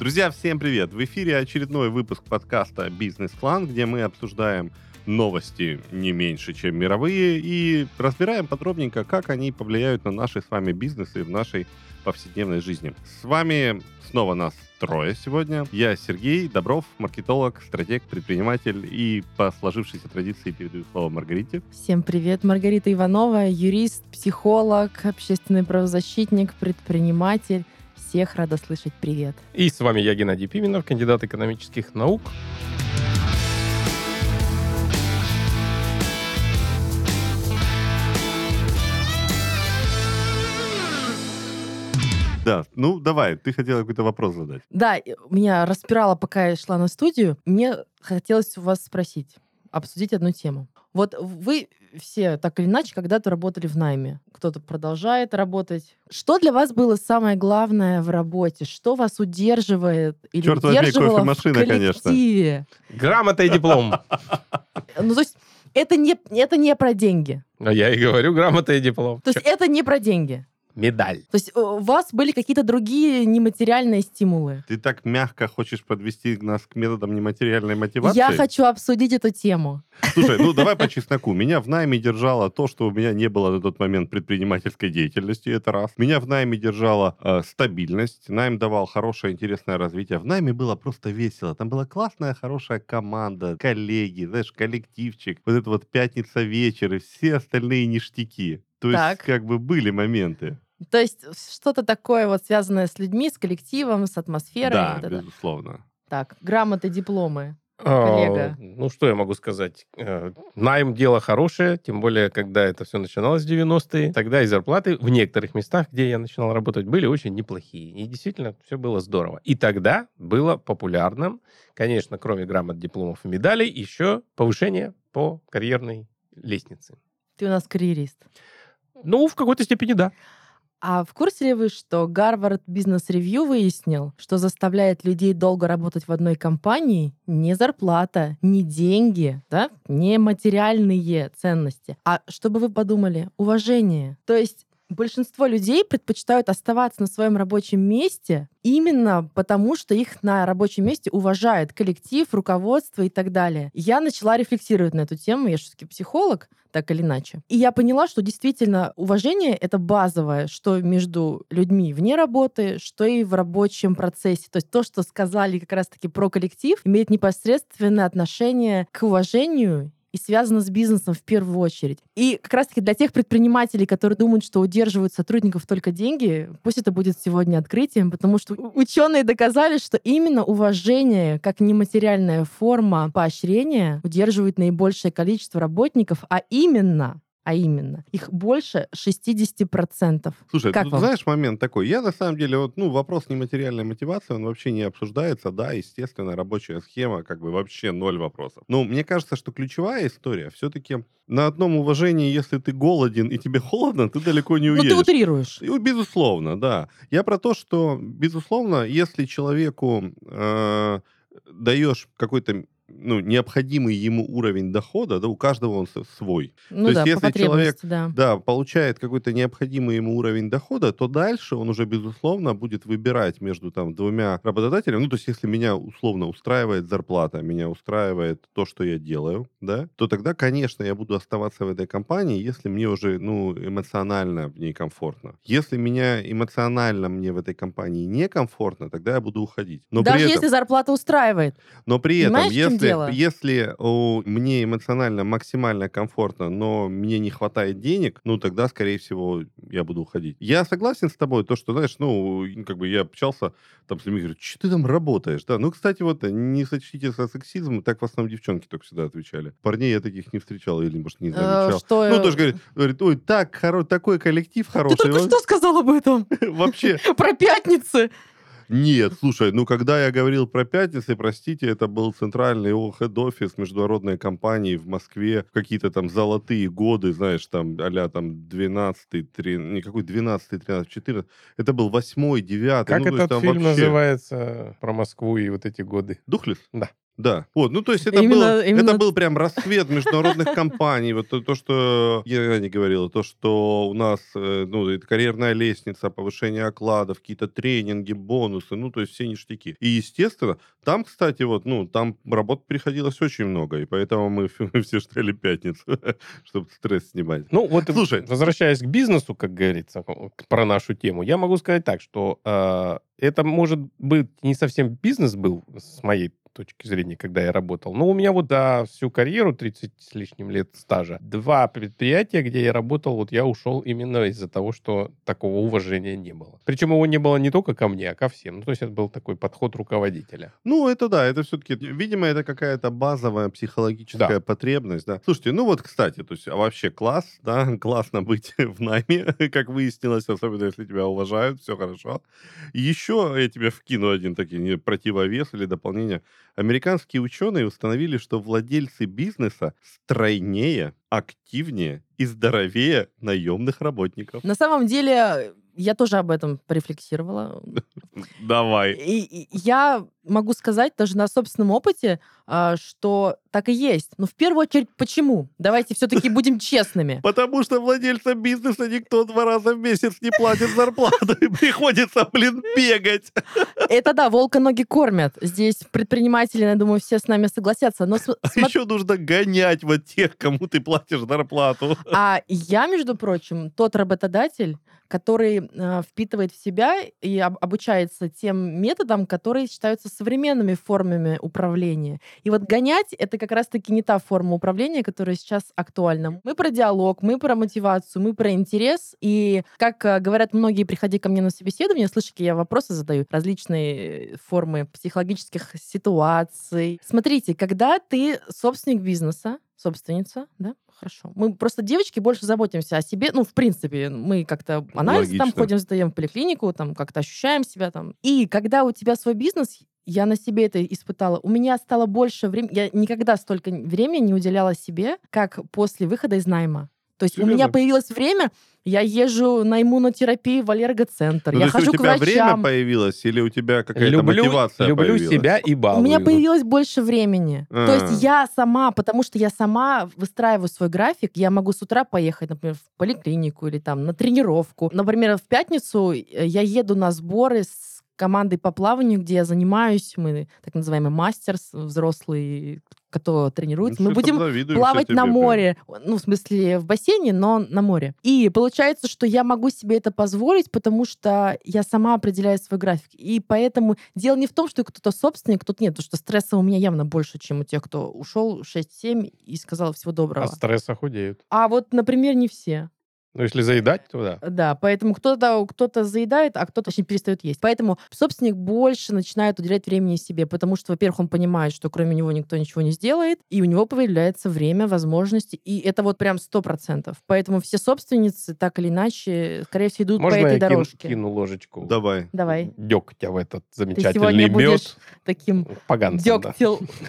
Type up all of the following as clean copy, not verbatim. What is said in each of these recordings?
Друзья, всем привет! В эфире очередной выпуск подкаста «Бизнес-план», где мы обсуждаем новости не меньше, чем мировые, и разбираем подробненько, как они повлияют на наши с вами бизнесы в нашей повседневной жизни. С вами снова нас трое сегодня. Я Сергей Добров, маркетолог, стратег, предприниматель, и по сложившейся традиции передаю слово Маргарите. Всем привет, Маргарита Иванова, юрист, психолог, общественный правозащитник, предприниматель. Всех рада слышать привет. И с вами я, Геннадий Пименов, кандидат экономических наук. Да, ну давай, ты хотела какой-то вопрос задать. Да, меня распирало, пока я шла на студию. Мне хотелось у вас спросить, обсудить одну тему. Вот вы все так или иначе когда-то работали в найме. Кто-то продолжает работать. Что для вас было самое главное в работе? Что вас удерживает или Черт возьми, удерживало в кофемашина, коллективе? Грамота и диплом. Ну, то есть это не про деньги. А я и говорю, грамота и диплом. То есть это не про деньги. Медаль. То есть у вас были какие-то другие нематериальные стимулы. Ты так мягко хочешь подвести нас к методам нематериальной мотивации? Я хочу обсудить эту тему. Слушай, ну давай по чесноку. Меня в найме держало то, что у меня не было на тот момент предпринимательской деятельности, это раз. Меня в найме держала стабильность. Найм давал хорошее, интересное развитие. В найме было просто весело. Там была классная, хорошая команда, коллеги, знаешь, коллективчик. Вот это вот пятница вечер и все остальные ништяки. То есть, Так. как бы были моменты. То есть что-то такое вот связанное с людьми, с коллективом, с атмосферой. Да, вот это. безусловно. Так, грамоты, дипломы. Коллега. Ну, что я могу сказать? Найм дело хорошее, тем более, когда это все начиналось в 90-е. Тогда и зарплаты в некоторых местах, где я начинал работать, были очень неплохие. И действительно, все было здорово. И тогда было популярным, конечно, кроме грамот, дипломов и медалей, еще повышение по карьерной лестнице. Ты у нас карьерист. Ну, в какой-то степени да. А в курсе ли вы, что Гарвард Бизнес Ревью выяснил, что заставляет людей долго работать в одной компании не зарплата, не деньги, да, не материальные ценности, а, чтобы вы подумали, уважение. То есть большинство людей предпочитают оставаться на своем рабочем месте именно потому, что их на рабочем месте уважает коллектив, руководство и так далее. Я начала рефлексировать на эту тему, я же все-таки психолог, так или иначе. И я поняла, что действительно уважение — это базовое, что между людьми вне работы, что и в рабочем процессе. То есть то, что сказали как раз-таки про коллектив, имеет непосредственное отношение к уважению и связано с бизнесом в первую очередь. И как раз-таки для тех предпринимателей, которые думают, что удерживают сотрудников только деньги, пусть это будет сегодня открытием, потому что ученые доказали, что именно уважение, как нематериальная форма поощрения, удерживает наибольшее количество работников, а именно их больше 60%. Слушай, как тут вам? знаешь, момент такой. Я на самом деле, вот, вопрос нематериальной мотивации, он вообще не обсуждается. Да, естественно, рабочая схема, как бы вообще ноль вопросов. Но мне кажется, что ключевая история все-таки на одном уважении, если ты голоден и тебе холодно, ты далеко не Ну, уедешь. ты утрируешь. Безусловно, да. Я про то, что, безусловно, если человеку даешь какой-то необходимый ему уровень дохода, да, у каждого он свой. Ну То да, есть, по если человек, потребности, да. получает какой-то необходимый ему уровень дохода, то дальше он уже, безусловно, будет выбирать между двумя работодателями. Ну, то есть, если меня условно устраивает зарплата, меня устраивает то, что я делаю, да, то тогда, конечно, я буду оставаться в этой компании, если мне уже, эмоционально в ней комфортно. Если меня эмоционально мне в этой компании некомфортно, тогда я буду уходить. Но Даже при этом, если зарплата устраивает. но при этом, Понимаешь, в чем дело? если мне эмоционально максимально комфортно, но мне не хватает денег, тогда, скорее всего, я буду уходить. Я согласен с тобой, то, что, знаешь, я общался с людьми, говорю, что ты там работаешь, да? Кстати, не сочтите за сексизм, так в основном девчонки только всегда отвечали. Парней я таких не встречал, или, может, не замечал. Что... Тоже говорит, ой, такой коллектив хороший. Ты только что сказал об этом? Вообще... Про пятницы. Нет, слушай, когда я говорил про пятницы, простите, это был центральный хед-офис международной компании в Москве, какие-то там золотые годы, знаешь, там а-ля 12-й, никакой 12-й, 13-й, 14-й, это был 8-й, 9-й. Как то есть этот там фильм вообще... называется про Москву и вот эти годы? Духлес? Да. Да. Вот, ну, то есть это был прям рассвет международных компаний. Вот то, что я не говорил, то, что у нас, ну, это карьерная лестница, повышение окладов, какие-то тренинги, бонусы, ну, то есть все ништяки. И, естественно, там, кстати, вот, ну, там работы приходилось очень много, и поэтому мы все ждали пятницу, чтобы стресс снимать. Ну, вот, Слушай, возвращаясь к бизнесу, как говорится, про нашу тему, я могу сказать так, что это, может быть, не совсем бизнес был, с моей точки зрения, когда я работал. Но у меня вот за всю карьеру, 30 с лишним лет стажа, 2 предприятия, где я работал, вот я ушел именно из-за того, что такого уважения не было. Причем его не было не только ко мне, а ко всем. Ну, то есть это был такой подход руководителя. Ну, это да, это все-таки, видимо, это какая-то базовая психологическая потребность, да. Слушайте, ну вот, кстати, то есть, а вообще класс, да, классно быть в найме, как выяснилось, особенно если тебя уважают, все хорошо. И еще я тебе вкину один такой противовес или дополнение. Американские ученые установили, что владельцы бизнеса стройнее, активнее и здоровее наемных работников. На самом деле, я тоже об этом порефлексировала. Давай. И я могу сказать даже на собственном опыте, что так и есть. Но в первую очередь, почему? Давайте все-таки будем честными. Потому что владельцам бизнеса никто 2 раза в месяц не платит зарплату, и приходится, бегать. Это да, волка ноги кормят. Здесь предприниматели, я думаю, все с нами согласятся. Но Еще нужно гонять вот тех, кому ты платишь зарплату. А я, между прочим, тот работодатель, который впитывает в себя и обучается тем методам, которые считаются современными формами управления. И вот гонять — это как раз-таки не та форма управления, которая сейчас актуальна. Мы про диалог, мы про мотивацию, мы про интерес. И, как говорят многие, приходи ко мне на собеседование, слышите, я вопросы задаю, различные формы психологических ситуаций. Смотрите, когда ты собственник бизнеса, собственница, да, хорошо. Мы просто, девочки, больше заботимся о себе. Ну, в принципе, мы как-то анализ там ходим, сдаем в поликлинику, там как-то ощущаем себя там. И когда у тебя свой бизнес, я на себе это испытала. У меня стало больше времени. Я никогда столько времени не уделяла себе, как после выхода из найма. То есть у меня появилось время, я езжу на иммунотерапию в аллергоцентр, я хожу к врачам. У тебя время появилось или у тебя какая-то мотивация появилась? Люблю себя и балую. У меня появилось больше времени. То есть я сама, потому что я сама выстраиваю свой график, я могу с утра поехать, например, в поликлинику или там на тренировку. Например, в пятницу я еду на сборы с командой по плаванию, где я занимаюсь, мы так называемый мастерс, взрослый, кто тренируется. Мы будем плавать на море. Ну, в смысле, в бассейне, но на море. И получается, что я могу себе это позволить, потому что я сама определяю свой график. И поэтому дело не в том, что кто-то собственник, кто-то нет, потому что стресса у меня явно больше, чем у тех, кто ушел 6-7 и сказал всего доброго. А стресса худеют. А вот, например, не все. Ну, если заедать, то да. Да, поэтому кто-то заедает, а кто-то, точнее, перестает есть. Поэтому собственник больше начинает уделять времени себе, потому что, во-первых, он понимает, что кроме него никто ничего не сделает, и у него появляется время, возможности, и это вот прям 100%. Поэтому все собственницы, так или иначе, скорее всего, идут Можно по этой я дорожке. кину ложечку? Давай. Дегтя в этот Ты замечательный сегодня будешь мед. таким Поганцем, да.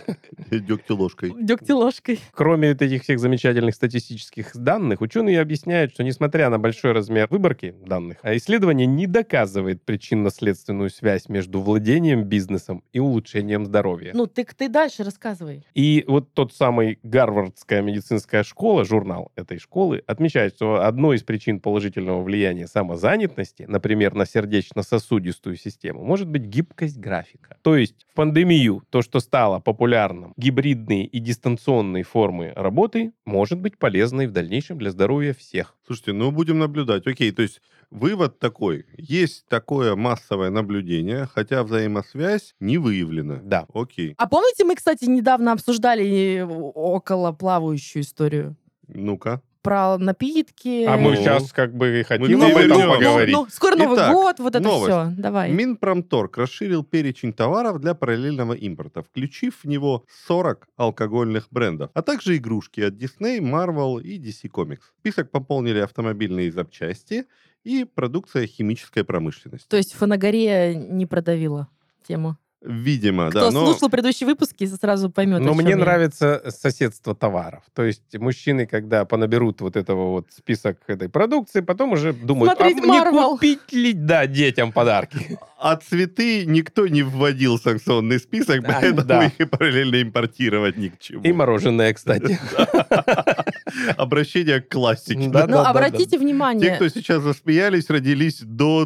Дегтеложкой. Дегтеложкой. Кроме этих всех замечательных статистических данных, ученые объясняют, что несмотря на большой размер выборки данных, исследование не доказывает причинно-следственную связь между владением бизнесом и улучшением здоровья. Ну, ты дальше рассказывай. И вот тот самый Гарвардская медицинская школа, журнал этой школы, отмечает, что одной из причин положительного влияния самозанятости, например, на сердечно-сосудистую систему, может быть гибкость графика. То есть в пандемию то, что стало популярным, гибридные и дистанционные формы работы, может быть полезной в дальнейшем для здоровья всех. Слушайте, ну будем наблюдать. Окей, то есть вывод такой. Есть такое массовое наблюдение, хотя взаимосвязь не выявлена. Да. Окей. А помните, мы, кстати, недавно обсуждали околоплавающую историю? Ну-ка. Про напитки. А мы сейчас как бы и хотим не об этом вернемся. поговорить. Скоро Новый Итак, год, вот это новость. все. Давай. Минпромторг расширил перечень товаров для параллельного импорта, включив в него 40 алкогольных брендов, а также игрушки от Disney, Marvel и DC Comics. Список пополнили автомобильные запчасти и продукция химической промышленности. То есть Фанагория не продавила тему? Видимо, Кто да. Но слушал предыдущие выпуски, сразу поймет. Но мне нравится соседство товаров. То есть мужчины, когда понаберут вот этого вот список этой продукции, потом уже думают, Смотрите, не Marvel. купить ли, детям подарки? а цветы никто не вводил в санкционный список, Да, поэтому да. их и параллельно импортировать ни к чему. И мороженое, кстати. Обращение к классике. Да, Ну, обратите внимание, Те, кто сейчас засмеялись, родились до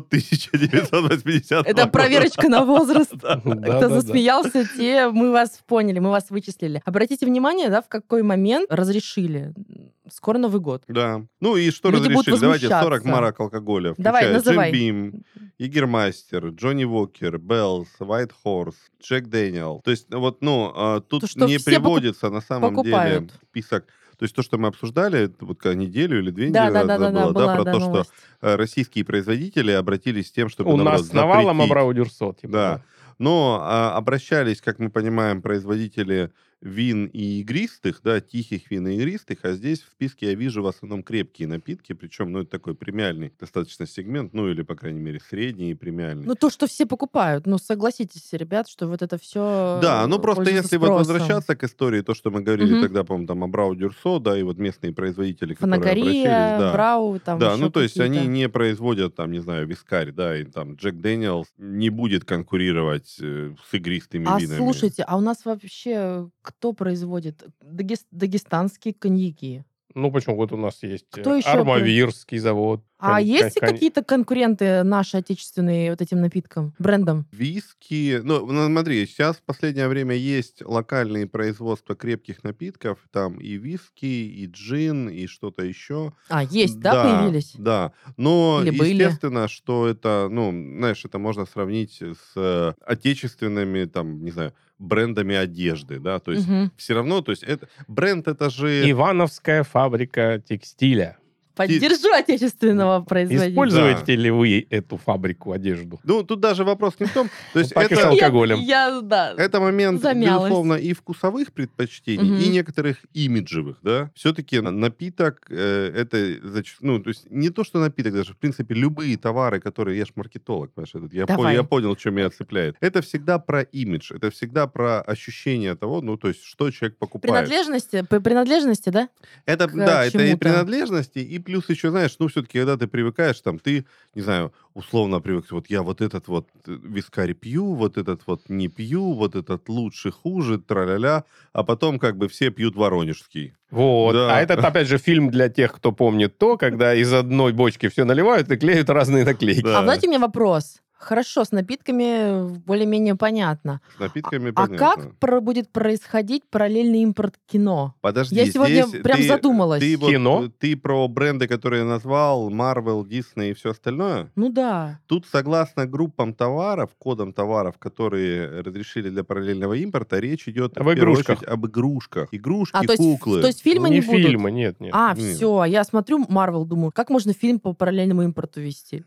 1980 это проверочка на возраст. Да, Кто засмеялся, те мы вас поняли, мы вас вычислили. Обратите внимание, да, в какой момент разрешили. Скоро Новый год. Да. Ну и что Люди будут разрешили? Давайте 40 возмущаться. марок алкоголя. Давай, Включая называй. Jim Beam, Егермастер, Джонни Уокер, Беллс, White Horse, Джек Дэниел. То есть вот, тут То, что не все приводится на самом деле покупают. список. То есть то, что мы обсуждали это вот неделю или 2 недели Да, назад было, была, про да, то, что новость. российские производители обратились с тем, чтобы У наоборот, нас навалом запретить. Абрау Дюрсо. типа, Да. Но обращались, как мы понимаем, производители вин и игристых, да, тихих вин и игристых, а здесь в списке я вижу в основном крепкие напитки, причем, это такой премиальный достаточно сегмент, или, по крайней мере, средний и премиальный. Ну, то, что все покупают. Ну, согласитесь, ребят, что вот это все Да, просто если вот возвращаться к истории, то, что мы говорили Мгм. тогда, по-моему, там, Абрау Дюрсо, да, и вот местные производители, которые Фанагория, обращались, да. Брау, там Да, еще то есть они какие-то. не производят, там, не знаю, вискарь, да, и там Джек Дэниелс не будет конкурировать с игристыми А винами. слушайте, а у нас вообще кто производит дагестанские коньяки? Ну, почему? Вот у нас есть Кто еще Армавирский завод. А есть какие-то конкуренты наши отечественные вот этим напиткам, брендам? Виски, смотри, сейчас в последнее время есть локальные производства крепких напитков, там и виски, и джин, и что-то еще. А, есть, да, появились? Да, но Или были? естественно, что это, знаешь, это можно сравнить с отечественными, там, не знаю, брендами одежды, да, то есть Мгм. все равно, то есть бренд это же... Ивановская фабрика текстиля. Поддержу отечественного производителя. Используете ли вы эту фабрику одежду? Тут даже вопрос не в том, то есть Паки с это... алкоголем. Да. Это момент, Замялась. безусловно, и вкусовых предпочтений, Мгм. и некоторых имиджевых, да. Все-таки напиток, это, то есть не то, что напиток даже, в принципе, любые товары, которые, я ж маркетолог, понимаешь, Давай. я понял, что меня цепляет. Это всегда про имидж, это всегда про ощущение того, то есть что человек покупает. Принадлежности, да? Это, к да, это и чему-то. принадлежности, и плюс еще, знаешь, все-таки, когда ты привыкаешь, там, ты, не знаю, условно привык, вот я вот этот вот вискарь пью, вот этот вот не пью, вот этот лучше, хуже, тра-ля-ля, а потом как бы все пьют воронежский. Вот. Да. А этот, опять же, фильм для тех, кто помнит то, когда из одной бочки все наливают и клеют разные наклейки. Да. А знаете, у меня вопрос. Хорошо, с напитками более-менее понятно. С напитками А понятно. как будет происходить параллельный импорт кино? Подожди, Я сегодня здесь прям задумалась. Ты, Кино? ты про бренды, которые я назвал, Marvel, Disney и все остальное? Ну да. Тут, согласно группам товаров, кодам товаров, которые разрешили для параллельного импорта, речь идет Об в первую игрушках. очередь об игрушках. Игрушки, То куклы. есть фильмы не будут? фильмы, нет. А, Нет. все. Я смотрю Марвел, думаю, как можно фильм по параллельному импорту вести?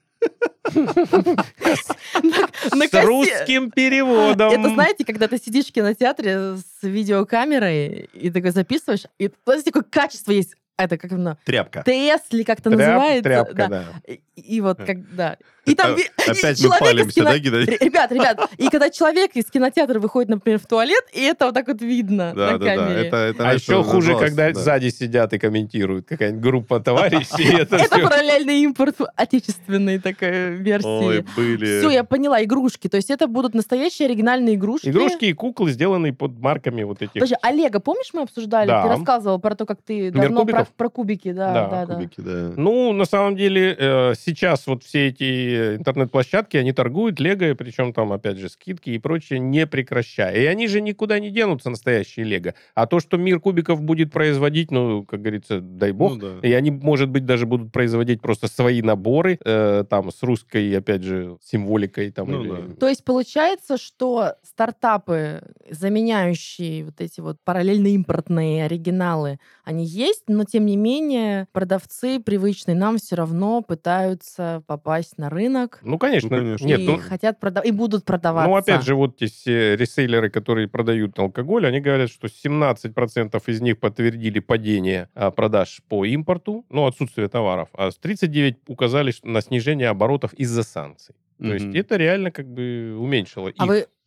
С русским переводом. Это, знаете, когда ты сидишь в кинотеатре с видеокамерой и такой записываешь, и знаете, такое качество есть. Это как оно? Тряпка. ТС или как-то называется. Тряпка, да. И вот когда... И там Опять мы человек из палимся, да, Геннадий? Ребят, и когда человек из кинотеатра выходит, например, в туалет, и это вот так вот видно на камере. Это еще хуже, называлось, когда да. сзади сидят и комментируют. Какая-нибудь группа товарищей. и Это Это всё. параллельный импорт отечественной такой Ой, версии. были... Все, я поняла, игрушки. То есть это будут настоящие оригинальные игрушки. Игрушки и куклы, сделанные под марками вот этих. Подожди, Олега, помнишь, мы обсуждали? Да. Ты рассказывал про то, как ты Мир давно кубиков? про кубики, Да, да. Кубики, да. Ну, на самом деле, сейчас вот все эти интернет-площадки, они торгуют Лего, причем там, опять же, скидки и прочее, не прекращая. И они же никуда не денутся, настоящие Лего. А то, что мир кубиков будет производить, как говорится, дай бог, Ну да. и они, может быть, даже будут производить просто свои наборы, там, с русской, опять же, символикой. Там, Ну или- да. То есть получается, что стартапы, заменяющие вот эти вот параллельно импортные оригиналы, они есть, но тем не менее продавцы привычные нам все равно пытаются попасть на рынок Ну, конечно. Ну, конечно. Нет, и хотят продавать, и будут продаваться. ну, опять же, вот эти все ресейлеры, которые продают алкоголь, они говорят, что 17% из них подтвердили падение продаж по импорту, отсутствие товаров, а 39 указали на снижение оборотов из-за санкций. То есть Мгм. это реально как бы уменьшило их. А вы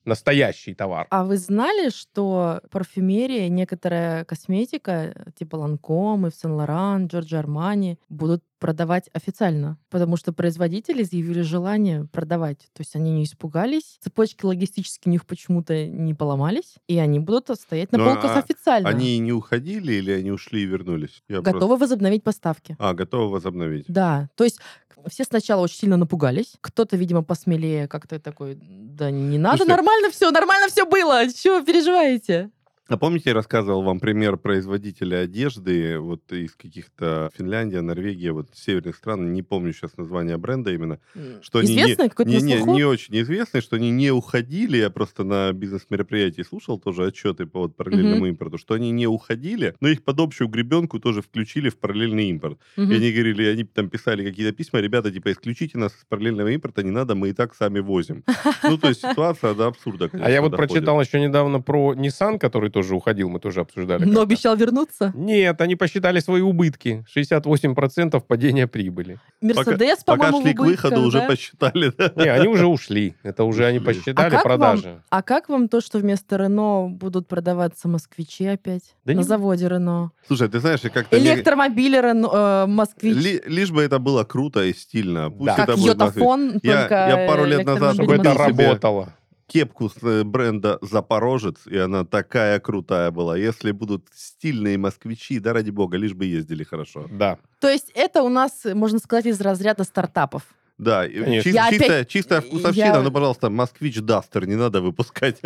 настоящий товар. А вы знали, что парфюмерия, некоторая косметика, типа Ланком, Ив Сен-Лоран, Джорджо Армани, будут продавать официально? Потому что производители изъявили желание продавать. То есть они не испугались, цепочки логистические у них почему-то не поломались, и они будут стоять на Ну, полках официально. Они не уходили или они ушли и вернулись? Готовы возобновить поставки. Готовы возобновить. Да, то есть все сначала очень сильно напугались. Кто-то, видимо, посмелее как-то такой, да не надо, Слушайте, нормально все было, чего вы переживаете? А помните, я рассказывал вам пример производителя одежды вот из каких-то Финляндия, Норвегия, вот северных стран, не помню сейчас название бренда именно, что они Известный какой-то на слуху? не очень известный, что они не уходили, я просто на бизнес-мероприятии слушал тоже отчеты по вот параллельному импорту, что они не уходили, но их под общую гребенку тоже включили в параллельный импорт. И они говорили, они там писали какие-то письма, ребята, типа, исключите нас из параллельного импорта, не надо, мы и так сами возим. Ну, то есть ситуация до абсурда, конечно, А я вот доходит. прочитал еще недавно про Nissan, который тоже уходил, мы тоже обсуждали. Но обещал вернуться? Нет, они посчитали свои убытки. 68% падения прибыли. Мерседес, Пока по-моему, шли в к выходу, убытках, уже да? посчитали. Да? Не, они уже ушли. Это уже они Ушли. посчитали продажи. А как вам то, что вместо Рено будут продаваться москвичи опять? Да на не- заводе Рено. Слушай, ты знаешь, я как-то... Электромобили Рено, москвич. Лишь бы это было круто и стильно. Пусть Да. Как это будет Москвич. Йотафон, только Я пару лет назад Чтобы электромобили это купил себе работало. кепку с бренда «Запорожец», и она такая крутая была. Если будут стильные москвичи, да ради бога, лишь бы ездили хорошо. Да. То есть это у нас, можно сказать, из разряда стартапов. Да, Конечно. Я чистая вкусовщина, я- но, пожалуйста, «Москвич Дастер» не надо выпускать.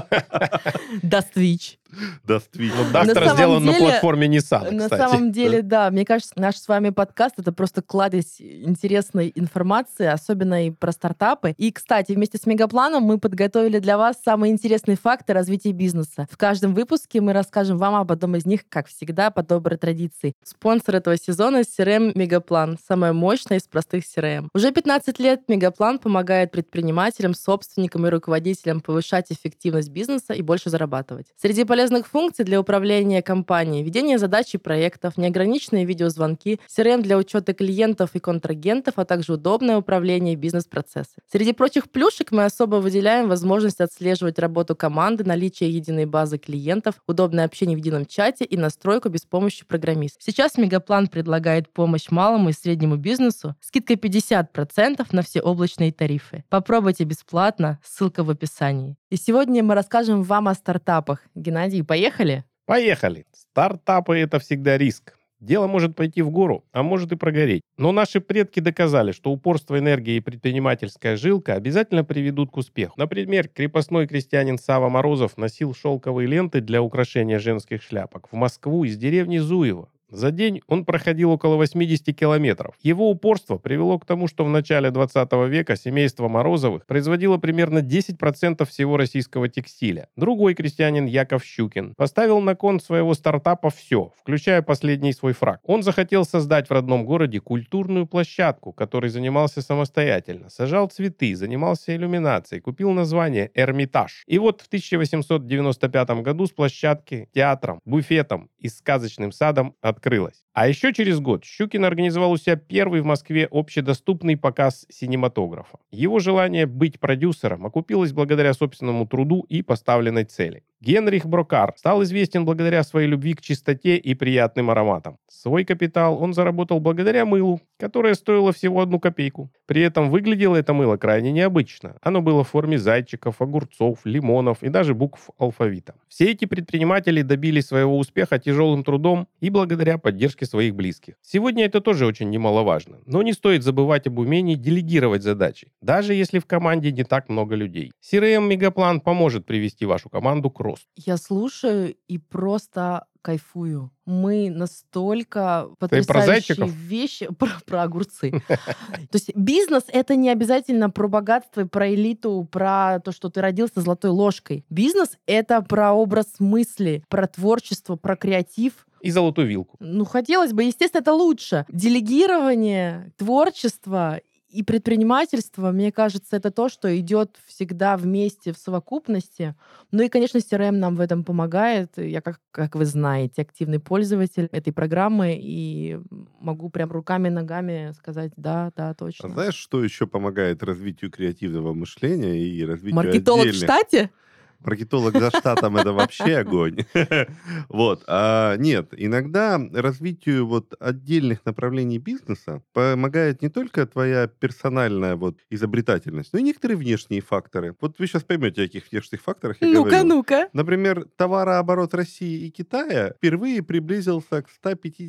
Даствич. Даствич. Ну, На Дастер самом сделан на деле- платформе Nissan, На кстати. самом деле, да. Мне кажется, наш с вами подкаст — это просто кладезь интересной информации, особенно и про стартапы. И, кстати, вместе с Мегапланом мы подготовили для вас самые интересные факты развития бизнеса. В каждом выпуске мы расскажем вам об одном из них, как всегда, по доброй традиции. Спонсор этого сезона — CRM Мегаплан, самая мощная из простых CRM. Уже 15 лет Мегаплан помогает предпринимателям, собственникам и руководителям повышать эффективность бизнеса и больше зарабатывать. Среди полезных функций для управления компанией: ведение задач и проектов, неограниченные видеозвонки, CRM для учета клиентов и контрагентов, а также удобное управление бизнес-процессами. Среди прочих плюшек мы особо выделяем возможность отслеживать работу команды, наличие единой базы клиентов, удобное общение в едином чате и настройку без помощи программиста. Сейчас Мегаплан предлагает помощь малому и среднему бизнесу, скидка 50% на все облачные тарифы. Попробуйте бесплатно, ссылка в описании. И сегодня мы расскажем вам о стартапах. Геннадий, поехали? Поехали. Стартапы — это всегда риск. Дело может пойти в гору, а может и прогореть. Но наши предки доказали, что упорство, энергия и предпринимательская жилка обязательно приведут к успеху. Например, крепостной крестьянин Сава Морозов носил шелковые ленты для украшения женских шляпок в Москву из деревни Зуево. За день он проходил около 80 километров. Его упорство привело к тому, что в начале 20 века семейство Морозовых производило примерно 10% всего российского текстиля. Другой крестьянин Яков Щукин поставил на кон своего стартапа все, включая последний свой фрак. Он захотел создать в родном городе культурную площадку, которой занимался самостоятельно. Сажал цветы, занимался иллюминацией, купил название «Эрмитаж». И вот в 1895 году с площадки театром, буфетом и сказочным садом открылась. А еще через год Щукин организовал у себя первый в Москве общедоступный показ синематографа. Его желание быть продюсером окупилось благодаря собственному труду и поставленной цели. Генрих Брокар стал известен благодаря своей любви к чистоте и приятным ароматам. Свой капитал он заработал благодаря мылу, которое стоило всего 1 копейку. При этом выглядело это мыло крайне необычно. Оно было в форме зайчиков, огурцов, лимонов и даже букв алфавита. Все эти предприниматели добились своего успеха тяжелым трудом и благодаря поддержке своих близких. Сегодня это тоже очень немаловажно. Но не стоит забывать об умении делегировать задачи, даже если в команде не так много людей. CRM Мегаплан поможет привести вашу команду к росту. Я слушаю и просто кайфую. Мы настолько про потрясающие зайчиков? вещи про огурцы. То есть бизнес — это не обязательно про богатство, про элиту, про то, что ты родился золотой ложкой. Бизнес — это про образ мысли, про творчество, про креатив. И золотую вилку. Ну, хотелось бы, естественно, это лучше. Делегирование, творчество И предпринимательство, мне кажется, это то, что идет всегда вместе в совокупности. Ну и, конечно, CRM нам в этом помогает. Я, как вы знаете, активный пользователь этой программы и могу прям руками-ногами сказать, да, А точно. знаешь, что еще помогает развитию креативного мышления и развитию Маркетолог в отдельных... штате? Маркетолог за штатом это вообще огонь. Вот. Нет, иногда развитию вот отдельных направлений бизнеса помогает не только твоя персональная вот изобретательность, но и некоторые внешние факторы. Вот вы сейчас поймете, о каких внешних факторах я Ну-ка, говорю. ну-ка. Например, товарооборот России и Китая впервые приблизился к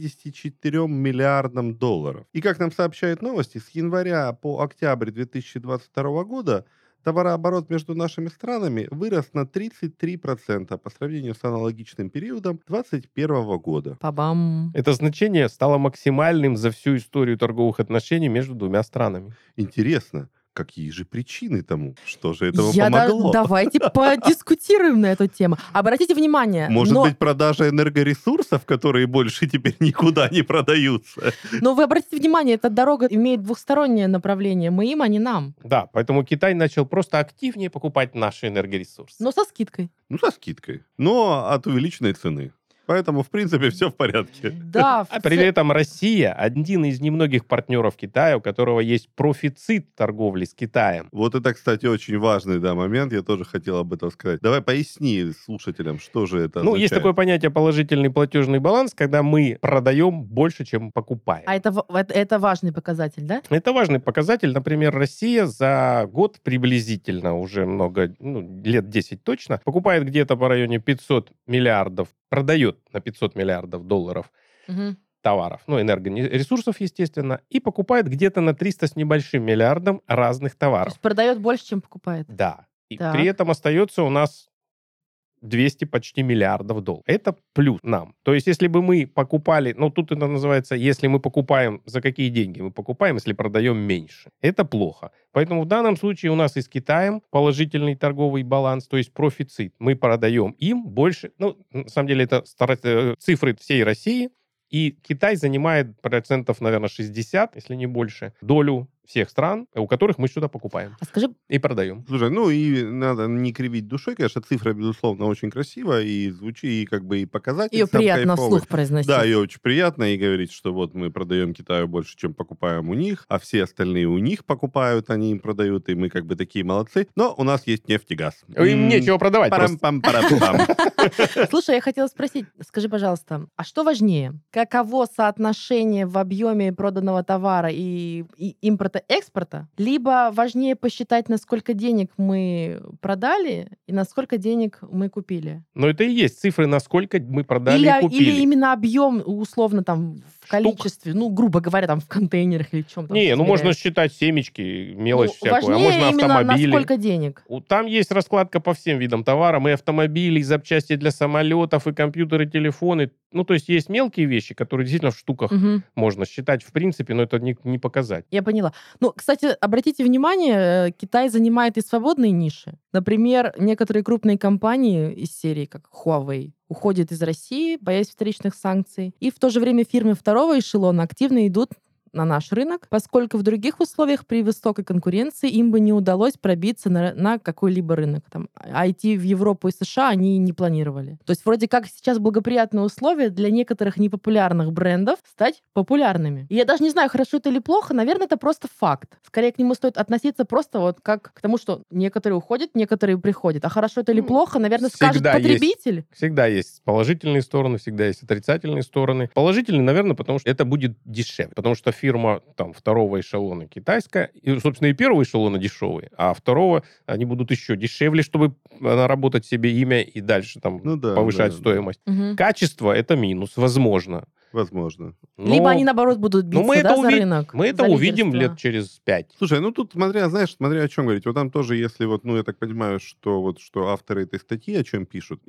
154 миллиардам долларов. И как нам сообщают новости, с января по октябрь 2022 года товарооборот между нашими странами вырос на 33% по сравнению с аналогичным периодом 2021 года. Па-бам. Это значение стало максимальным за всю историю торговых отношений между двумя странами. Интересно, какие же причины тому? Что же этому помогло? Давайте подискутируем на эту тему. Обратите внимание. Может быть, продажа энергоресурсов, которые больше теперь никуда не продаются? Но вы обратите внимание, эта дорога имеет двухстороннее направление. Мы им, а не нам. Да, поэтому Китай начал просто активнее покупать наши энергоресурсы. Но со скидкой. Ну, со скидкой. Но от увеличенной цены. Поэтому, в принципе, все в порядке. Да. А при этом Россия один из немногих партнеров Китая, у которого есть профицит торговли с Китаем. Вот это, кстати, очень важный момент. Я тоже хотел об этом сказать. Давай поясни слушателям, что же это означает. Есть такое понятие положительный платежный баланс, когда мы продаем больше, чем покупаем. А это важный показатель, да? Это важный показатель. Например, Россия за год приблизительно, уже лет 10 точно, покупает где-то по районе 500 миллиардов, продает на 500 миллиардов долларов товаров, энергоресурсов, естественно, и покупает где-то на 300 с небольшим миллиардом разных То товаров. есть продает больше, чем покупает. Да. И Так. при этом остается у нас 200 почти миллиардов долларов. Это плюс нам. То есть, если бы мы покупали, тут это называется, если мы покупаем, за какие деньги мы покупаем, если продаем меньше. Это плохо. Поэтому в данном случае у нас и с Китаем положительный торговый баланс, то есть профицит. Мы продаем им больше, на самом деле это цифры всей России, и Китай занимает процентов, наверное, 60, если не больше, долю всех стран, у которых мы что-то покупаем. А скажи... И продаем. Слушай, и надо не кривить душой, конечно, цифра, безусловно, очень красивая, и звучит, и показатель Ее сам приятно кайфовый. вслух произносить. Да, ее очень приятно, и говорить, что вот мы продаем Китаю больше, чем покупаем у них, а все остальные у них покупают, они им продают, и мы такие молодцы. Но у нас есть нефть и газ. Им нечего продавать просто. Парам-пам-парам-пам. Слушай, я хотела спросить, скажи, пожалуйста, а что важнее? Каково соотношение в объеме проданного товара и импорта-экспорта? Либо важнее посчитать, насколько денег мы продали и насколько денег мы купили? Но это и есть цифры, насколько мы продали и купили. Или именно объем, условно, там, в количестве, грубо говоря, там, в контейнерах или в чем-то. Можно считать семечки, мелочь всякую, важнее а можно именно автомобили. насколько денег. Там есть раскладка по всем видам товара, и автомобили, и запчасти для самолетов, и компьютеры, телефоны. То есть мелкие вещи, которые действительно в штуках можно считать, в принципе, но это не показать. Я поняла. Кстати, обратите внимание, Китай занимает и свободные ниши. Например, некоторые крупные компании из серии, как Huawei, уходят из России, боясь вторичных санкций. И в то же время фирмы второго эшелона активно идут на наш рынок, поскольку в других условиях при высокой конкуренции им бы не удалось пробиться на какой-либо рынок. Там, идти в Европу и США они не планировали. То есть вроде как сейчас благоприятные условия для некоторых непопулярных брендов стать популярными. И я даже не знаю, хорошо это или плохо, наверное, это просто факт. Скорее к нему стоит относиться просто вот как к тому, что некоторые уходят, некоторые приходят. А хорошо это или плохо, наверное, скажет потребитель. Всегда есть положительные стороны, всегда есть отрицательные стороны. Положительные, наверное, потому что это будет дешевле. Потому что фирма второго эшелона китайская, и, собственно, и первого эшелона дешевые, а второго они будут еще дешевле, чтобы наработать себе имя и дальше повышать стоимость. Угу. Качество — это минус, возможно. Возможно. Либо они, наоборот, будут биться за рынок. Мы это увидим лет через 5. Слушай, тут смотря о чем говорить. Вот там тоже, если я так понимаю, что авторы этой статьи о чем пишут.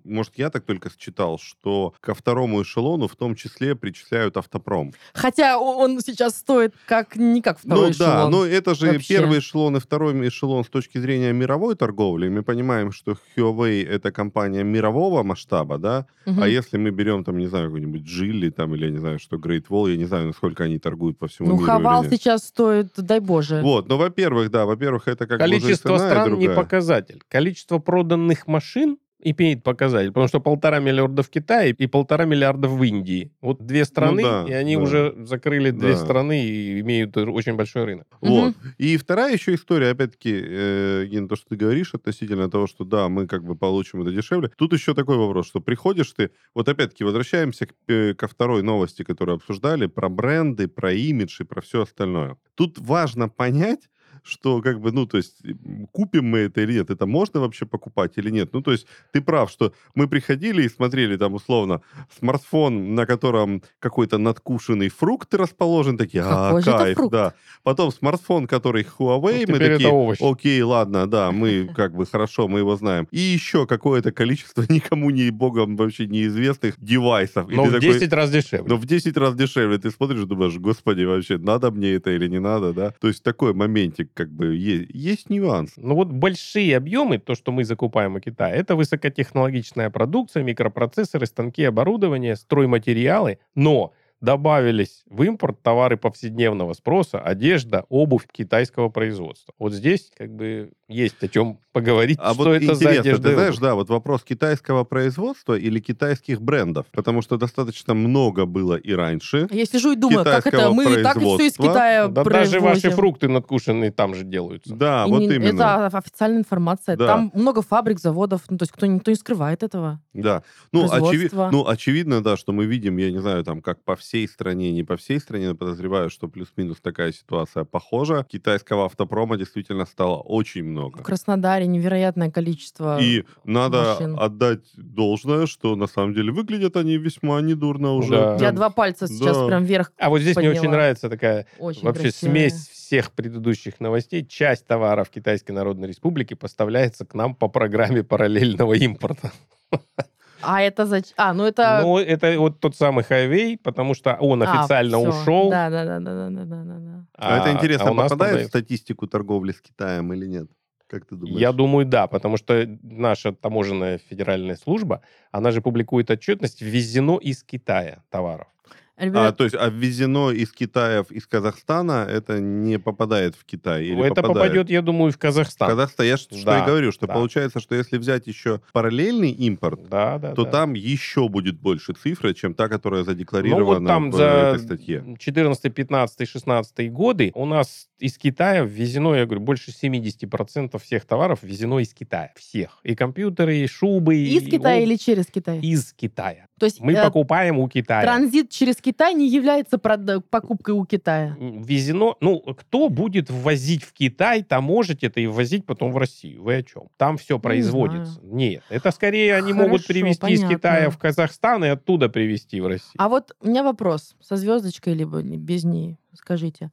Я так только считал, что ко второму эшелону в том числе причисляют автопром. Хотя он сейчас стоит не как второй эшелон. Да, это же вообще. Первый эшелон и второй эшелон с точки зрения мировой торговли. Мы понимаем, что Huawei — это компания мирового масштаба, да? Угу. А если мы берем, не знаю, какой-нибудь Geely, там, или я не знаю, что Great Wall, я не знаю, насколько они торгуют по всему Ну, миру или Хавал нет. сейчас стоит, дай боже. Вот, ну, во-первых, да, во-первых, это как бы уже и Количество цена, и стран не другая. показатель. Количество проданных машин имеет показатель, потому что 1,5 миллиарда в Китае и 1,5 миллиарда в Индии. Вот две страны, да, и они да. уже закрыли две Да. страны и имеют очень большой рынок. Вот. И вторая еще история, опять-таки, Ген, то, что ты говоришь относительно того, что да, мы как бы получим это дешевле. Тут еще такой вопрос, что приходишь ты, вот опять-таки возвращаемся ко второй новости, которую обсуждали, про бренды, про имидж и про все остальное. Тут важно понять, что как бы, ну, то есть, купим мы это или нет, это можно вообще покупать или нет. Ну, то есть, ты прав, что мы приходили и смотрели там, условно, смартфон, на котором какой-то надкушенный фрукт расположен, такие, Какой же это кайф, фрукт? да. Потом смартфон, который Huawei, Ну, мы теперь такие, это овощ. окей, ладно, да, мы как бы хорошо, мы его знаем. И еще какое-то количество никому не богом вообще неизвестных девайсов. И Но ты в такой, 10 раз дешевле. но в 10 раз дешевле. Ты смотришь, думаешь, господи, вообще, надо мне это или не надо, да? То есть такой моментик, как бы, есть нюанс. Ну вот большие объемы, то, что мы закупаем у Китая, это высокотехнологичная продукция, микропроцессоры, станки, оборудование, стройматериалы, но добавились в импорт товары повседневного спроса, одежда, обувь китайского производства. Вот здесь как бы есть о чем поговорить, А что вот это за интересно, одежда ты и знаешь, обувь. да, вот вопрос китайского производства или китайских брендов, потому что достаточно много было и раньше. Я сижу и думаю, как это Китайского мы и так и все из производства. Китая Да даже ваши привозим. фрукты надкушенные там же делаются. Да, И вот не- именно. Это официальная информация. Да. Там много фабрик, заводов, ну, то есть никто не скрывает этого. Да. Ну, Производство. очевидно, да, что мы видим, я не знаю, там, как по всей стране, не по всей стране, но подозреваю, что плюс-минус такая ситуация похожа. Китайского автопрома действительно стало очень В много. Краснодаре невероятное количество И надо машин. отдать должное, что на самом деле выглядят они весьма недурно уже. Да. Я Прям, 2 пальца сейчас да. прям вверх А вот здесь мне очень подняла. нравится такая Очень вообще красивая. смесь всех предыдущих новостей. Часть товаров Китайской Народной Республики поставляется к нам по программе параллельного импорта. А это зачем? Ну это... Ну, это вот тот самый Huawei, потому что он официально всё. ушел. Да. А это интересно, у нас попадает в продается. статистику торговли с Китаем или нет? Как ты думаешь? Я думаю, да, потому что наша таможенная федеральная служба, она же публикует отчетность, ввезено из Китая товаров. Ребят, То есть, ввезено из Китая, из Казахстана, это не попадает в Китай или Это попадет, я думаю, в Казахстан. Казахстан, я что Да, и говорю, что да. получается, что если взять еще параллельный импорт, Да, да, то да. там еще будет больше цифры, чем та, которая Ну задекларирована вот там в за этой статье. 14, 15, 16 годы у нас из Китая ввезено, я говорю, больше 70% всех товаров ввезено из Китая. Всех. И компьютеры, и шубы. из и Китая обувь. или через Китай? Из Китая. То есть Мы покупаем у Китая. транзит через Китай не является покупкой у Китая. Ввезено. Ну, кто будет ввозить в Китай, таможить это и ввозить потом в Россию? Вы о чем? Там все производится. Нет. Это скорее они могут Хорошо, привезти из понятно. Китая в Казахстан и оттуда привезти в Россию. А вот у меня вопрос со звездочкой либо без ней. Скажите,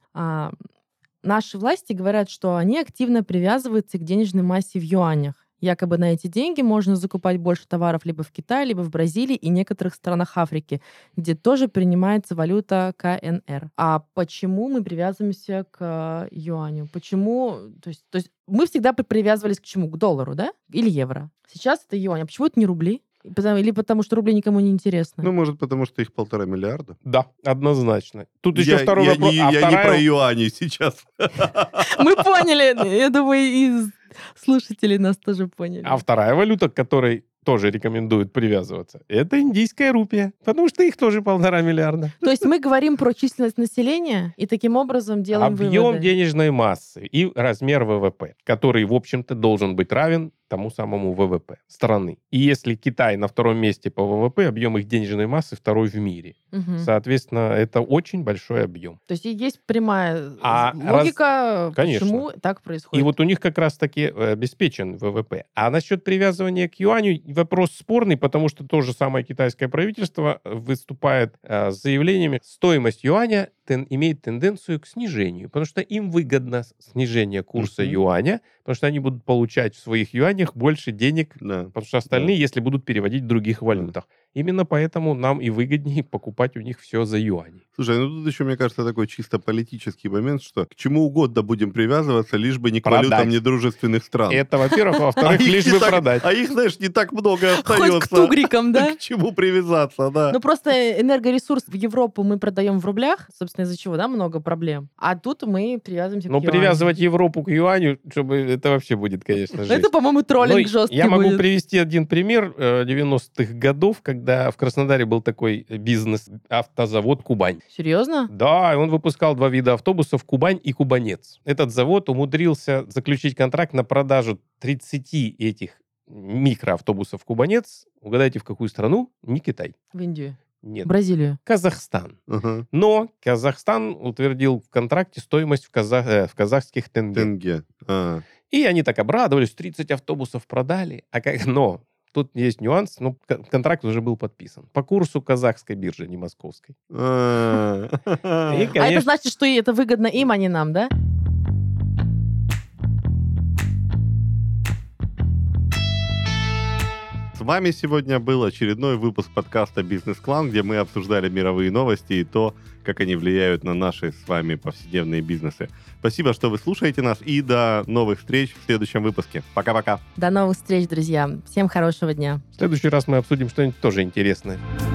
наши власти говорят, что они активно привязываются к денежной массе в юанях. Якобы на эти деньги можно закупать больше товаров либо в Китае, либо в Бразилии и некоторых странах Африки, где тоже принимается валюта КНР. А почему мы привязываемся к юаню? Почему? То есть мы всегда привязывались к чему? К доллару, да? Или евро? Сейчас это юань. А почему это не рубли? Или потому что рубли никому не интересны? Ну, может, потому что их 1,5 миллиарда. Да, однозначно. Тут еще второй я вопрос. Не, А я не вторая- про юани сейчас. Мы поняли. Я думаю, и слушатели нас тоже поняли. А вторая валюта, к которой тоже рекомендуют привязываться, это индийская рупия. Потому что их тоже 1,5 миллиарда. То есть мы говорим про численность населения и таким образом делаем Объем выводы. денежной массы и размер ВВП, который, в общем-то, должен быть равен тому самому ВВП страны. И если Китай на втором месте по ВВП, объем их денежной массы второй в мире. Мгм. Соответственно, это очень большой объем. То есть и есть прямая А логика, Конечно. почему так происходит. И вот у них как раз-таки обеспечен ВВП. А насчет привязывания к юаню вопрос спорный, потому что то же самое китайское правительство выступает с заявлениями, стоимость юаня имеет тенденцию к снижению, потому что им выгодно снижение курса Мгм. юаня, потому что они будут получать в своих юанях больше денег, Да. потому что остальные, если будут переводить в других валютах. Именно поэтому нам и выгоднее покупать у них все за юани. Слушай, ну тут еще, мне кажется, такой чисто политический момент, что к чему угодно будем привязываться, лишь бы не к валютам Продать. недружественных стран. Это, во-первых. А во-вторых, их лишь не бы так- продать. А их, знаешь, не так много Хоть к остается. тугрикам, да? К чему привязаться, да. Ну, просто энергоресурс в Европу мы продаем в рублях, собственно, из-за чего, да, много проблем. А тут мы привязываемся Но к юаню. привязывать Европу к юаню, чтобы это вообще будет, конечно, жизнь. Это, по-моему, троллинг Ну, жесткий я могу будет. привести один пример 90-х годов, когда в Краснодаре был такой бизнес, автозавод «Кубань». Серьезно? Да, и он выпускал 2 вида автобусов «Кубань» и «Кубанец». Этот завод умудрился заключить контракт на продажу 30 этих микроавтобусов «Кубанец». Угадайте, в какую страну? Не Китай. В Индию. Нет. Бразилию. Казахстан. Ага. Но Казахстан утвердил в контракте стоимость в казахских тенге. Тенге. А. И они так обрадовались, 30 автобусов продали. Но тут есть нюанс, контракт уже был подписан. По курсу казахской биржи, не московской. А. И, А это конечно, значит, что это выгодно им, а не нам, да? С вами сегодня был очередной выпуск подкаста «Бизнес-клан», где мы обсуждали мировые новости и то, как они влияют на наши с вами повседневные бизнесы. Спасибо, что вы слушаете нас, и до новых встреч в следующем выпуске. Пока-пока. До новых встреч, друзья. Всем хорошего дня. в следующий раз мы обсудим что-нибудь тоже интересное.